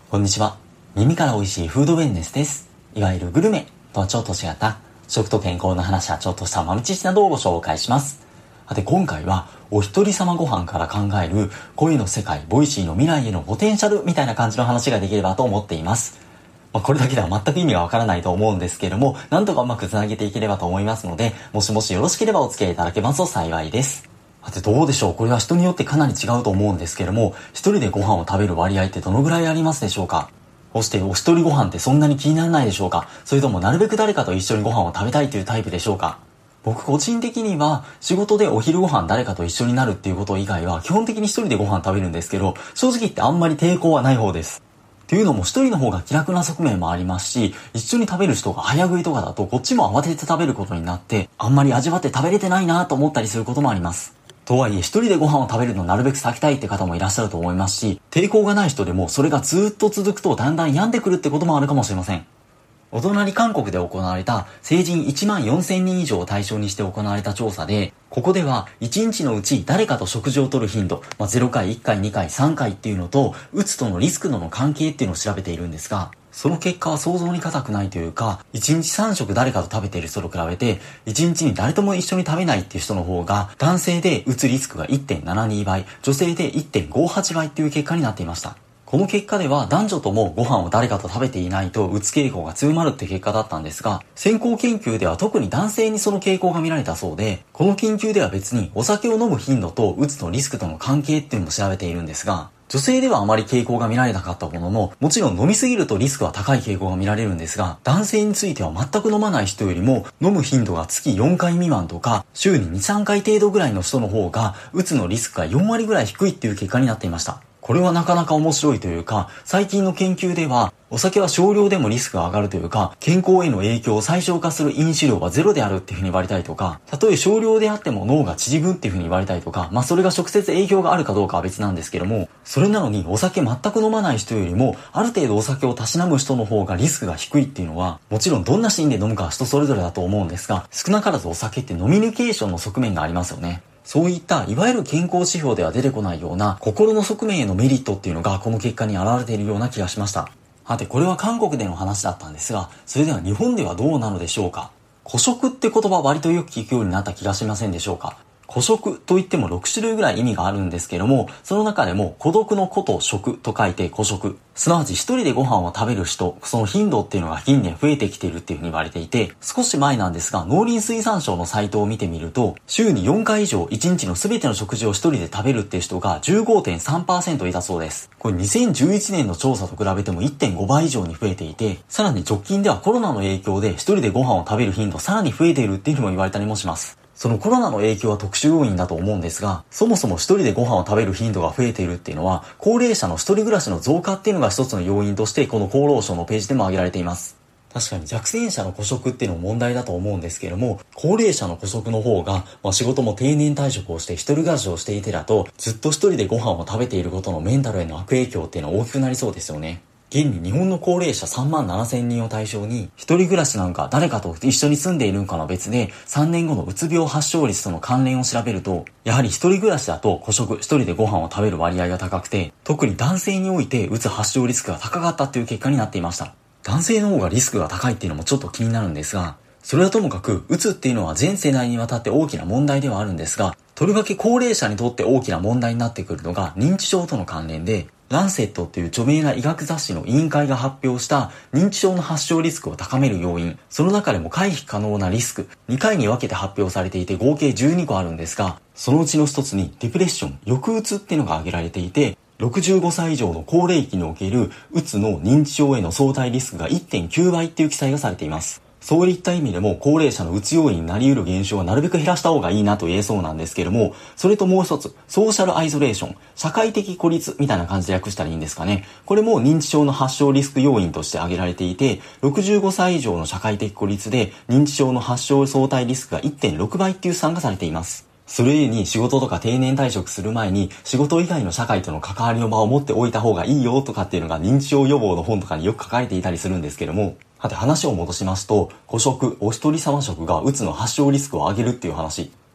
こんにちは。耳から美味しいフードウェルネスです。いわゆるグルメとはちょっと違った食と健康の話やちょっとした豆知識などをご紹介します。さて今回はお一人様ご飯から考える恋の世界、ボイシーの未来へのポテンシャルみたいな感じの話ができればと思っています。これだけでは全く意味がわからないと思うんですけれども、なんとかうまくつなげていければと思いますので、もしもしよろしければお付き合いいただけますと幸いです。さてどうでしょう。これは人によってかなり違うと思うんですけれども、一人でご飯を食べる割合ってどのぐらいありますでしょうか。そしてお一人ご飯ってそんなに気にならないでしょうか。それともなるべく誰かと一緒にご飯を食べたいというタイプでしょうか。僕個人的には仕事でお昼ご飯誰かと一緒になるっていうこと以外は基本的に一人でご飯食べるんですけど、正直言ってあんまり抵抗はない方です。っていうのも一人の方が気楽な側面もありますし、一緒に食べる人が早食いとかだとこっちも慌てて食べることになって、あんまり味わって食べれてないなと思ったりすることもあります。とはいえ一人でご飯を食べるのをなるべく避けたいって方もいらっしゃると思いますし、抵抗がない人でもそれがずっと続くとだんだん病んでくるってこともあるかもしれません。お隣韓国で行われた成人1万4000人以上を対象にして行われた調査で、ここでは1日のうち誰かと食事をとる頻度、0回、1回、2回、3回っていうのと、うつとのリスクとの関係っていうのを調べているんですが、その結果は想像に難くないというか、1日3食誰かと食べている人と比べて、1日に誰とも一緒に食べないっていう人の方が、男性でうつリスクが 1.72 倍、女性で 1.58 倍っていう結果になっていました。この結果では男女ともご飯を誰かと食べていないとうつ傾向が強まるって結果だったんですが、先行研究では特に男性にその傾向が見られたそうで、この研究では別にお酒を飲む頻度とうつのリスクとの関係っていうのも調べているんですが、女性ではあまり傾向が見られなかったものの、もちろん飲みすぎるとリスクは高い傾向が見られるんですが、男性については全く飲まない人よりも飲む頻度が月4回未満とか週に2、3回程度ぐらいの人の方がうつのリスクが4割ぐらい低いっていう結果になっていました。これはなかなか面白いというか、最近の研究ではお酒は少量でもリスクが上がるというか、健康への影響を最小化する飲酒量はゼロであるっていうふうに言われたりとか、たとえ少量であっても脳が縮むっていうふうに言われたりとか、それが直接影響があるかどうかは別なんですけども、それなのにお酒全く飲まない人よりもある程度お酒をたしなむ人の方がリスクが低いっていうのは、もちろんどんなシーンで飲むかは人それぞれだと思うんですが、少なからずお酒ってノミニケーションの側面がありますよね。そういったいわゆる健康指標では出てこないような心の側面へのメリットっていうのがこの結果に現れているような気がしました。さてこれは韓国での話だったんですが、それでは日本ではどうなのでしょうか。孤食って言葉割とよく聞くようになった気がしませんでしょうか。孤食といっても6種類ぐらい意味があるんですけども、その中でも孤独の孤と食と書いて孤食。すなわち一人でご飯を食べる人、その頻度っていうのが近年増えてきているっていうふうに言われていて、少し前なんですが農林水産省のサイトを見てみると、週に4回以上1日の全ての食事を一人で食べるっていう人が 15.3% いたそうです。これ2011年の調査と比べても 1.5 倍以上に増えていて、さらに直近ではコロナの影響で一人でご飯を食べる頻度さらに増えているっていうふうにも言われたりもします。そのコロナの影響は特殊要因だと思うんですが、そもそも一人でご飯を食べる頻度が増えているっていうのは、高齢者の一人暮らしの増加っていうのが一つの要因としてこの厚労省のページでも挙げられています。確かに弱点者の孤食っていうのも問題だと思うんですけども、高齢者の孤食の方が、仕事も定年退職をして一人暮らしをしていてだと、ずっと一人でご飯を食べていることのメンタルへの悪影響っていうのは大きくなりそうですよね。現に日本の高齢者3万7000人を対象に、一人暮らしなんか誰かと一緒に住んでいるんかの別で、3年後のうつ病発症率との関連を調べると、やはり一人暮らしだと孤食、一人でご飯を食べる割合が高くて、特に男性においてうつ発症リスクが高かったという結果になっていました。男性の方がリスクが高いっていうのもちょっと気になるんですが、それはともかく、うつっていうのは全世代にわたって大きな問題ではあるんですが、とりわけ高齢者にとって大きな問題になってくるのが認知症との関連で、ランセットっていう著名な医学雑誌の委員会が発表した認知症の発症リスクを高める要因、その中でも回避可能なリスク、2回に分けて発表されていて合計12個あるんですが、そのうちの一つにディプレッション、抑うつっていうのが挙げられていて、65歳以上の高齢期におけるうつの認知症への相対リスクが 1.9 倍っていう記載がされています。そういった意味でも高齢者のうつ要因になり得る現象はなるべく減らした方がいいなと言えそうなんですけれども、それともう一つ、ソーシャルアイソレーション、社会的孤立みたいな感じで訳したらいいんですかね。これも認知症の発症リスク要因として挙げられていて、65歳以上の社会的孤立で認知症の発症相対リスクが 1.6 倍っていう算がされています。それゆえに仕事とか定年退職する前に仕事以外の社会との関わりの場を持っておいた方がいいよとかっていうのが認知症予防の本とかによく書かれていたりするんですけども、話を戻しますと、孤食、お一人様食がうつの発症リスクを上げるっていう話。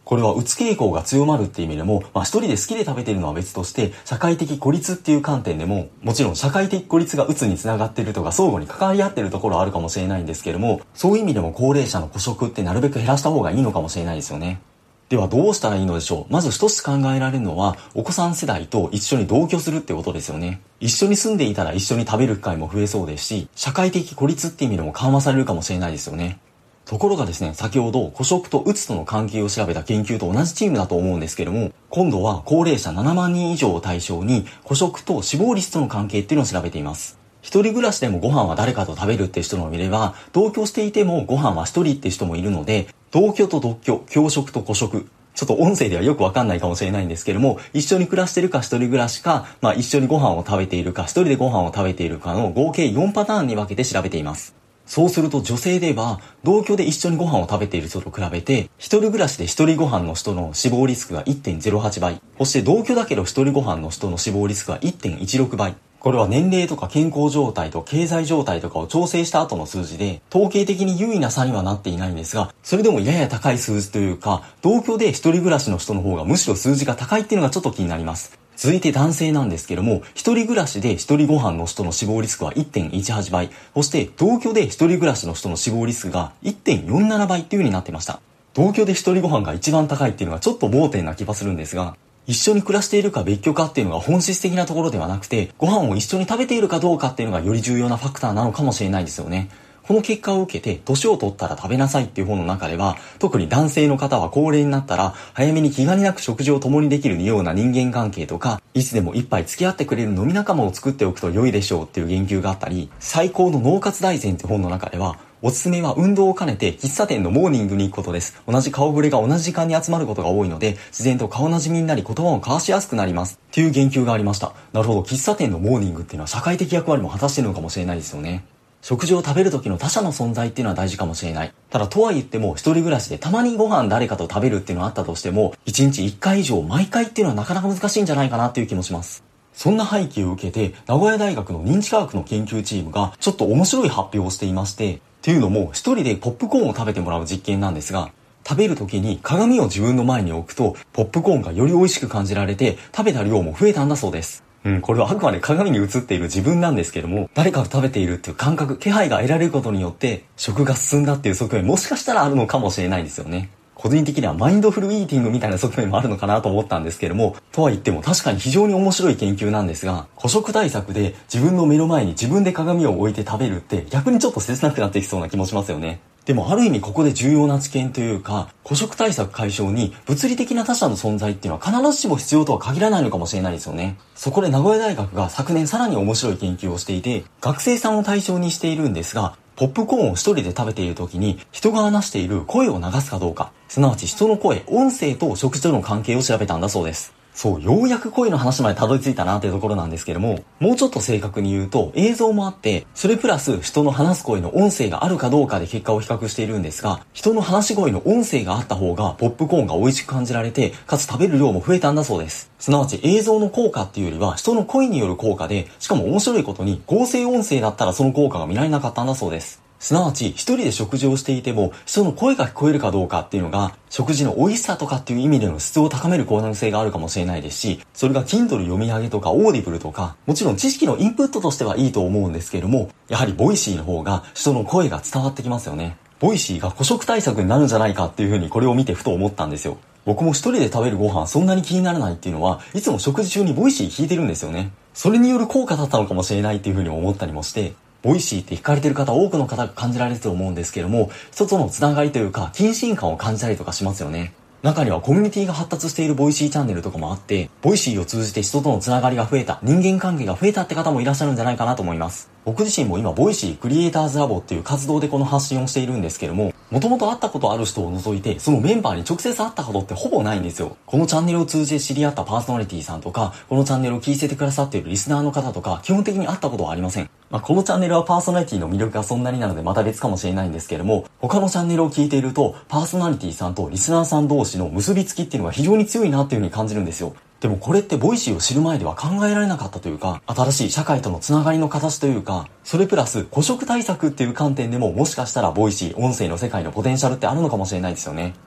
これはうつ傾向が強まるっていう意味でも、一人で好きで食べているのは別として、社会的孤立っていう観点でも、もちろん社会的孤立がうつにつながっているとか相互に関わり合っているところはあるかもしれないんですけども、そういう意味でも高齢者の孤食ってなるべく減らした方がいいのかもしれないですよね。ではどうしたらいいのでしょう。まず一つ考えられるのは、お子さん世代と一緒に同居するってことですよね。一緒に住んでいたら一緒に食べる機会も増えそうですし、社会的孤立っていう意味でも緩和されるかもしれないですよね。ところがですね、先ほど孤食とうつとの関係を調べた研究と同じチームだと思うんですけども、今度は高齢者7万人以上を対象に孤食と死亡率との関係っていうのを調べています。一人暮らしでもご飯は誰かと食べるって人もいれば、同居していてもご飯は一人って人もいるので、同居と独居、共食と孤食、ちょっと音声ではよくわかんないかもしれないんですけども、一緒に暮らしてるか一人暮らしか、一緒にご飯を食べているか一人でご飯を食べているかの合計4パターンに分けて調べています。そうすると女性では、同居で一緒にご飯を食べている人と比べて、一人暮らしで一人ご飯の人の死亡リスクが 1.08 倍、そして同居だけど一人ご飯の人の死亡リスクが 1.16 倍。これは年齢とか健康状態と経済状態とかを調整した後の数字で、統計的に優位な差にはなっていないんですが、それでもやや高い数字というか、同居で一人暮らしの人の方がむしろ数字が高いっていうのがちょっと気になります。続いて男性なんですけども、一人暮らしで一人ご飯の人の死亡リスクは 1.18 倍、そして同居で一人暮らしの人の死亡リスクが 1.47 倍っていう風になってました。同居で一人ご飯が一番高いっていうのがちょっと盲点な気がするんですが、一緒に暮らしているか別居かっていうのが本質的なところではなくて、ご飯を一緒に食べているかどうかっていうのがより重要なファクターなのかもしれないですよね。この結果を受けて、年を取ったら食べなさいっていう本の中では、特に男性の方は高齢になったら、早めに気兼ねなく食事を共にできるような人間関係とか、いつでも一杯付き合ってくれる飲み仲間を作っておくと良いでしょうっていう言及があったり、最高の脳活大全って本の中では、おすすめは運動を兼ねて喫茶店のモーニングに行くことです。同じ顔ぶれが同じ時間に集まることが多いので、自然と顔なじみになり言葉を交わしやすくなります。っていう言及がありました。なるほど、喫茶店のモーニングっていうのは社会的役割も果たしているのかもしれないですよね。食事を食べる時の他者の存在っていうのは大事かもしれない。ただとは言っても一人暮らしでたまにご飯誰かと食べるっていうのはあったとしても、1日1回以上毎回っていうのはなかなか難しいんじゃないかなっていう気もします。そんな背景を受けて、名古屋大学の認知科学の研究チームがちょっと面白い発表をしていまして、っていうのも一人でポップコーンを食べてもらう実験なんですが、食べる時に鏡を自分の前に置くと、ポップコーンがより美味しく感じられて、食べた量も増えたんだそうです。これはあくまで鏡に映っている自分なんですけども、誰かと食べているっていう感覚、気配が得られることによって、食が進んだっていう側面もしかしたらあるのかもしれないですよね。個人的にはマインドフルイーティングみたいな側面もあるのかなと思ったんですけども、とは言っても確かに非常に面白い研究なんですが、孤食対策で自分の目の前に自分で鏡を置いて食べるって逆にちょっと切なくなってきそうな気もしますよね。でもある意味ここで重要な知見というか、孤食対策解消に物理的な他者の存在っていうのは必ずしも必要とは限らないのかもしれないですよね。そこで名古屋大学が昨年さらに面白い研究をしていて、学生さんを対象にしているんですが、ポップコーンを一人で食べている時に人が話している声を流すかどうか、すなわち人の声、音声と食事との関係を調べたんだそうです。そう、ようやく声の話までたどり着いたなというところなんですけども、もうちょっと正確に言うと映像もあって、それプラス人の話す声の音声があるかどうかで結果を比較しているんですが、人の話し声の音声があった方がポップコーンが美味しく感じられて、かつ食べる量も増えたんだそうです。すなわち映像の効果っていうよりは人の声による効果で、しかも面白いことに合成音声だったらその効果が見られなかったんだそうです。すなわち一人で食事をしていても人の声が聞こえるかどうかっていうのが食事の美味しさとかっていう意味での質を高める可能性があるかもしれないですし、それが Kindle 読み上げとかオーディブルとか、もちろん知識のインプットとしてはいいと思うんですけれども、やはりボイシーの方が人の声が伝わってきますよね。ボイシーが孤食対策になるんじゃないかっていうふうにこれを見てふと思ったんですよ。僕も一人で食べるご飯そんなに気にならないっていうのは、いつも食事中にボイシー聞いてるんですよね。それによる効果だったのかもしれないっていうふうに思ったりもして、ボイシーって聞かれてる方、多くの方が感じられると思うんですけども、人とのつながりというか、近親感を感じたりとかしますよね。中にはコミュニティが発達しているボイシーチャンネルとかもあって、ボイシーを通じて人とのつながりが増えた、人間関係が増えたって方もいらっしゃるんじゃないかなと思います。僕自身も今、ボイシークリエイターズラボっていう活動でこの発信をしているんですけども、もともと会ったことある人を除いて、そのメンバーに直接会ったことってほぼないんですよ。このチャンネルを通じて知り合ったパーソナリティさんとか、このチャンネルを聞いててくださっているリスナーの方とか、基本的に会ったことはありません。このチャンネルはパーソナリティの魅力がそんなになのでまた別かもしれないんですけれども、他のチャンネルを聞いていると、パーソナリティさんとリスナーさん同士の結びつきっていうのが非常に強いなっていう風に感じるんですよ。でもこれってボイシーを知る前では考えられなかったというか、新しい社会とのつながりの形というか、それプラス孤食対策っていう観点でももしかしたらボイシー、音声の世界のポテンシャルってあるのかもしれないですよね。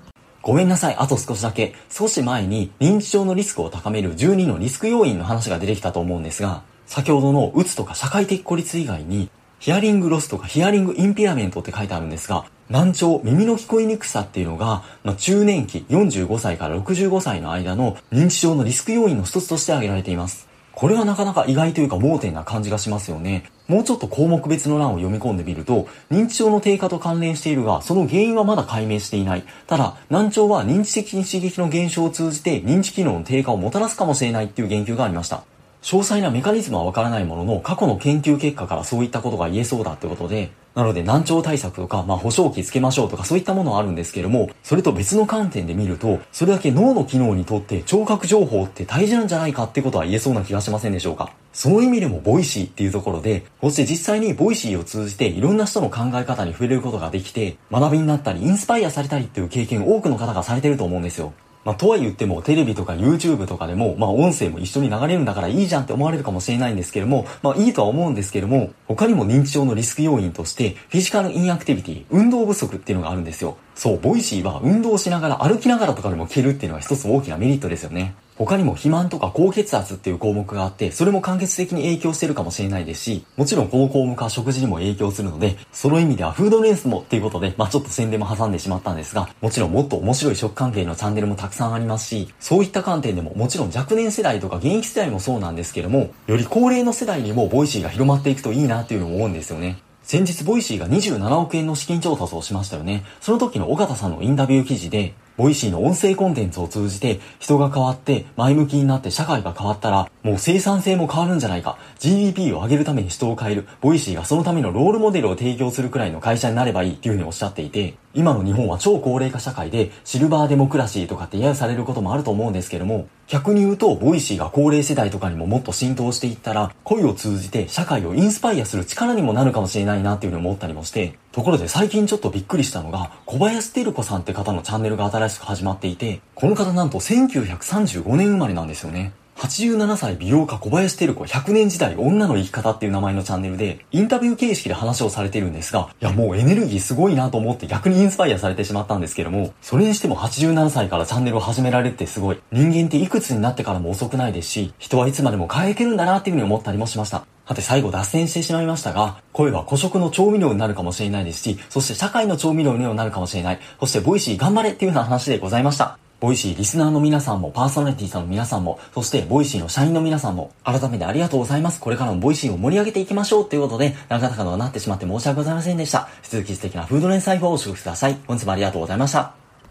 ごめんなさい、あと少しだけ。少し前に認知症のリスクを高める12のリスク要因の話が出てきたと思うんですが、先ほどのうつとか社会的孤立以外に、ヒアリングロスとかヒアリングインペアメントって書いてあるんですが、難聴、耳の聞こえにくさっていうのが、中年期45歳から65歳の間の認知症のリスク要因の一つとして挙げられています。これはなかなか意外というか盲点な感じがしますよね。もうちょっと項目別の欄を読み込んでみると、認知症の低下と関連しているが、その原因はまだ解明していない。ただ、難聴は認知的刺激の減少を通じて認知機能の低下をもたらすかもしれないっていう言及がありました。詳細なメカニズムはわからないものの、過去の研究結果からそういったことが言えそうだってことで、なので難聴対策とか、補聴器つけましょうとかそういったものはあるんですけども、それと別の観点で見ると、それだけ脳の機能にとって聴覚情報って大事なんじゃないかってことは言えそうな気がしませんでしょうか。その意味でもボイシーっていうところで、そして実際にボイシーを通じていろんな人の考え方に触れることができて、学びになったりインスパイアされたりっていう経験を多くの方がされてると思うんですよ。とは言ってもテレビとか YouTube とかでも音声も一緒に流れるんだからいいじゃんって思われるかもしれないんですけども、いいとは思うんですけども、他にも認知症のリスク要因としてフィジカルインアクティビティ、運動不足っていうのがあるんですよ。そう、ボイシーは運動しながら歩きながらとかでも聞けるっていうのが一つ大きなメリットですよね。他にも肥満とか高血圧っていう項目があって、それも間接的に影響してるかもしれないですし、もちろんこの項目は食事にも影響するので、その意味ではフードレンスもっていうことで、ちょっと宣伝も挟んでしまったんですが、もちろんもっと面白い食関係のチャンネルもたくさんありますし、そういった観点でももちろん若年世代とか現役世代もそうなんですけども、より高齢の世代にもボイシーが広まっていくといいなっていうのも思うんですよね。先日ボイシーが27億円の資金調達をしましたよね。その時の尾形さんのインタビュー記事で、ボイシーの音声コンテンツを通じて人が変わって前向きになって社会が変わったらもう生産性も変わるんじゃないか。GDP を上げるために人を変える。ボイシーがそのためのロールモデルを提供するくらいの会社になればいいっていうふうにおっしゃっていて、今の日本は超高齢化社会でシルバーデモクラシーとかって揶揄されることもあると思うんですけども、逆に言うとボイシーが高齢世代とかにももっと浸透していったら声を通じて社会をインスパイアする力にもなるかもしれないなっていうふうに思ったりもして、ところで最近ちょっとびっくりしたのが小林照子さんって方のチャンネルが新しく始まっていて、この方なんと1935年生まれなんですよね。87歳美容家小林照子100年時代女の生き方っていう名前のチャンネルでインタビュー形式で話をされてるんですが、いやもうエネルギーすごいなと思って逆にインスパイアされてしまったんですけども、それにしても87歳からチャンネルを始められるってすごい。人間っていくつになってからも遅くないですし、人はいつまでも変えてるんだなっていうふうに思ったりもしました。さて最後脱線してしまいましたが、声は個食の調味料になるかもしれないですし、そして社会の調味料にもなるかもしれない。そしてボイシー頑張れっていうような話でございました。ボイシーリスナーの皆さんもパーソナリティさんの皆さんも、そしてボイシーの社員の皆さんも改めてありがとうございます。これからもボイシーを盛り上げていきましょうということで、長々となってしまって申し訳ございませんでした。引き続き素敵なフード連載をお過ごしください。本日もありがとうございました。